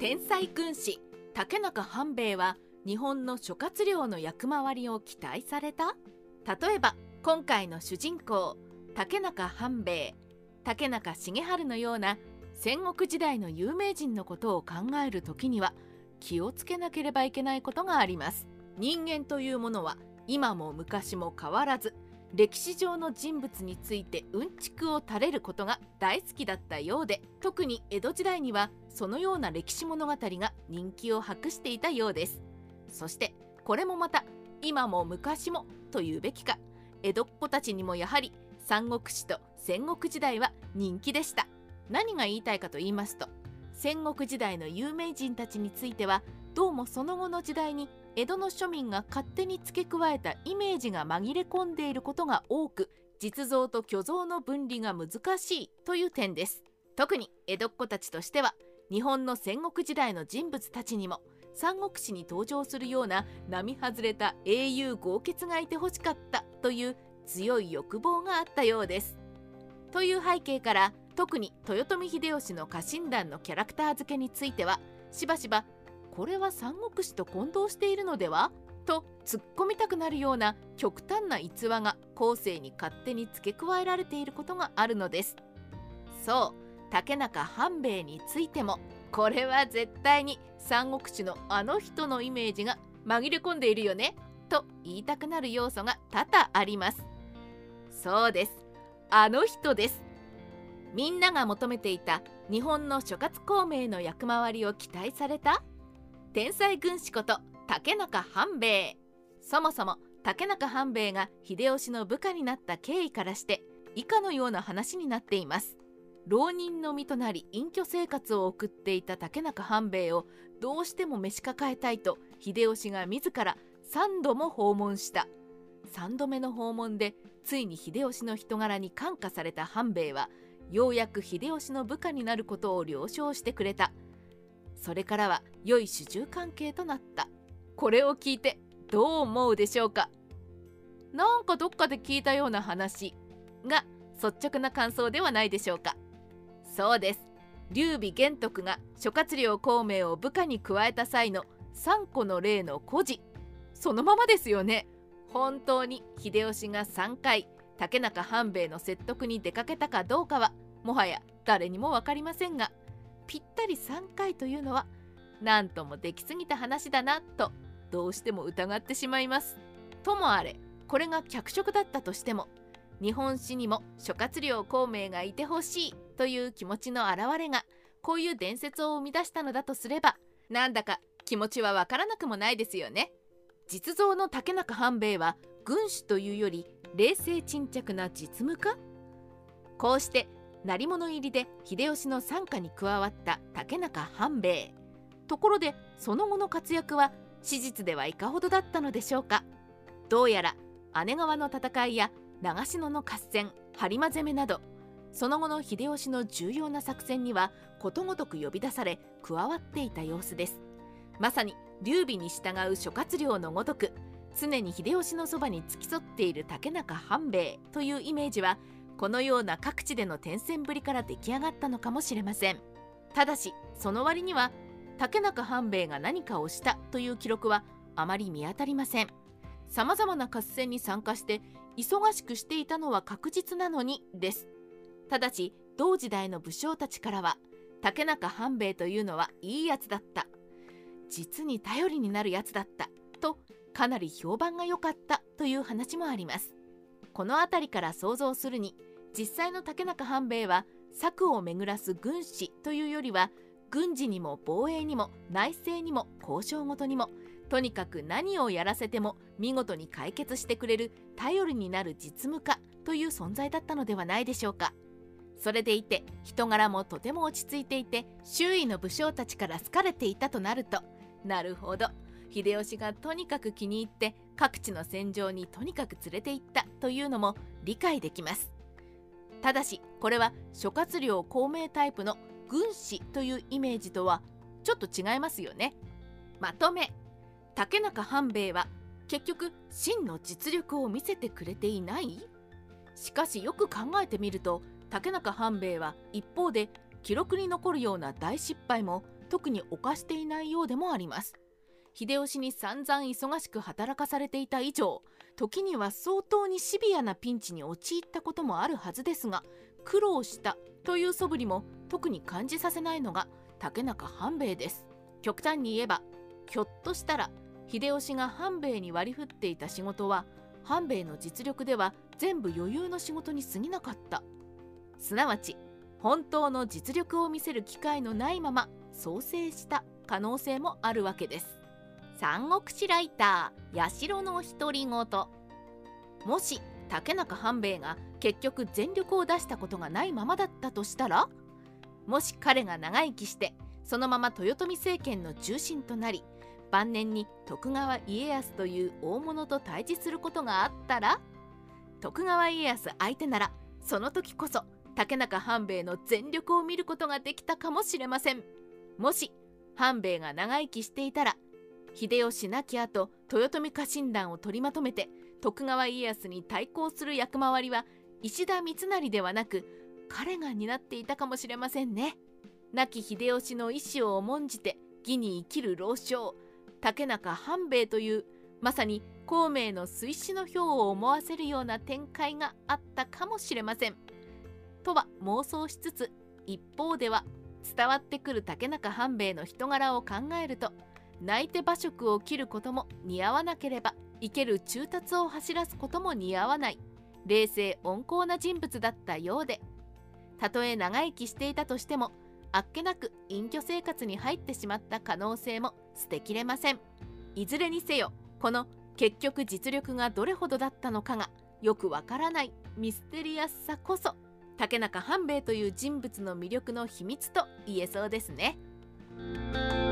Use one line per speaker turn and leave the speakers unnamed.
天才軍師竹中半兵衛は日本の諸葛亮の役回りを期待された。例えば今回の主人公竹中半兵衛、竹中重治のような戦国時代の有名人のことを考える時には気をつけなければいけないことがあります。人間というものは今も昔も変わらず歴史上の人物についてうんちくを垂れることが大好きだったようで、特に江戸時代にはそのような歴史物語が人気を博していたようです。そしてこれもまた今も昔もというべきか、江戸っ子たちにもやはり三国志と戦国時代は人気でした。何が言いたいかと言いますと、戦国時代の有名人たちについてはどうもその後の時代に江戸の庶民が勝手に付け加えたイメージが紛れ込んでいることが多く、実像と虚像の分離が難しいという点です。特に江戸っ子たちとしては日本の戦国時代の人物たちにも三国志に登場するような並外れた英雄豪傑がいてほしかったという強い欲望があったようです。という背景から特に豊臣秀吉の家臣団のキャラクター付けについてはしばしばこれは三国志と混同しているのではと突っ込みたくなるような極端な逸話が後世に勝手に付け加えられていることがあるのです。そう、竹中半兵衛についてもこれは絶対に三国志のあの人のイメージが紛れ込んでいるよねと言いたくなる要素が多々あります。そうです、あの人です。みんなが求めていた日本の諸葛孔明の役回りを期待された天才軍師こと竹中半兵衛。そもそも竹中半兵衛が秀吉の部下になった経緯からして以下のような話になっています。浪人の身となり隠居生活を送っていた竹中半兵衛をどうしても召し抱えたいと秀吉が自ら3度も訪問した。3度目の訪問でついに秀吉の人柄に感化された半兵衛はようやく秀吉の部下になることを了承してくれた。それからは良い主従関係となった。これを聞いてどう思うでしょうか。なんかどっかで聞いたような話が率直な感想ではないでしょうか。そうです、劉備玄徳が諸葛亮孔明を部下に加えた際の3個の例の故事そのままですよね。本当に秀吉が3回竹中半兵衛の説得に出かけたかどうかはもはや誰にも分かりませんが、ぴったり3回というのは何ともできすぎた話だなとどうしても疑ってしまいます。ともあれこれが脚色だったとしても日本史にも諸葛亮孔明がいてほしいという気持ちの表れがこういう伝説を生み出したのだとすれば、なんだか気持ちはわからなくもないですよね。実像の竹中半兵衛は軍師というより冷静沈着な実務家。こうして鳴り物入りで秀吉の傘下に加わった竹中半兵衛。ところでその後の活躍は史実ではいかほどだったのでしょうか。どうやら姉川の戦いや長篠の合戦、播磨攻めなどその後の秀吉の重要な作戦にはことごとく呼び出され加わっていた様子です。まさに劉備に従う諸葛亮のごとく常に秀吉のそばに付き添っている竹中半兵衛というイメージはこのような各地での転戦ぶりから出来上がったのかもしれません。ただしその割には竹中半兵衛が何かをしたという記録はあまり見当たりません。さまざまな合戦に参加して忙しくしていたのは確実なのにです。ただし同時代の武将たちからは竹中半兵衛というのはいいやつだった、実に頼りになるやつだったとかなり評判が良かったという話もあります。この辺りから想像するに実際の竹中半兵衛は策を巡らす軍師というよりは軍事にも防衛にも内政にも交渉ごとにもとにかく何をやらせても見事に解決してくれる頼りになる実務家という存在だったのではないでしょうか。それでいて人柄もとても落ち着いていて周囲の武将たちから好かれていたとなると、なるほど秀吉がとにかく気に入って各地の戦場にとにかく連れて行ったというのも理解できます。ただしこれは諸葛亮孔明タイプの軍師というイメージとはちょっと違いますよね。まとめ、竹中半兵衛は結局真の実力を見せてくれていない。しかしよく考えてみると竹中半兵衛は一方で記録に残るような大失敗も特に犯していないようでもあります。秀吉に散々忙しく働かされていた以上、時には相当にシビアなピンチに陥ったこともあるはずですが、苦労したという素振りも特に感じさせないのが竹中半兵衛です。極端に言えば、ひょっとしたら秀吉が半兵衛に割り振っていた仕事は半兵衛の実力では全部余裕の仕事に過ぎなかった。すなわち本当の実力を見せる機会のないまま創生した可能性もあるわけです。三国志ライター八代の独り言。もし竹中半兵衛が結局全力を出したことがないままだったとしたら、もし彼が長生きしてそのまま豊臣政権の中心となり、晩年に徳川家康という大物と対峙することがあったら、徳川家康相手ならその時こそ竹中半兵衛の全力を見ることができたかもしれません。もし半兵衛が長生きしていたら、秀吉亡き後豊臣家臣団を取りまとめて徳川家康に対抗する役回りは石田三成ではなく彼が担っていたかもしれませんね。亡き秀吉の意志を重んじて義に生きる老将竹中半兵衛という、まさに孔明の水死の表を思わせるような展開があったかもしれません。とは妄想しつつ、一方では伝わってくる竹中半兵衛の人柄を考えると、泣いて馬謖を切ることも似合わなければ生ける中達を走らすことも似合わない冷静温厚な人物だったようで、たとえ長生きしていたとしてもあっけなく隠居生活に入ってしまった可能性も捨てきれません。いずれにせよ、この結局実力がどれほどだったのかがよくわからないミステリアスさこそ、竹中半兵衛という人物の魅力の秘密と言えそうですね。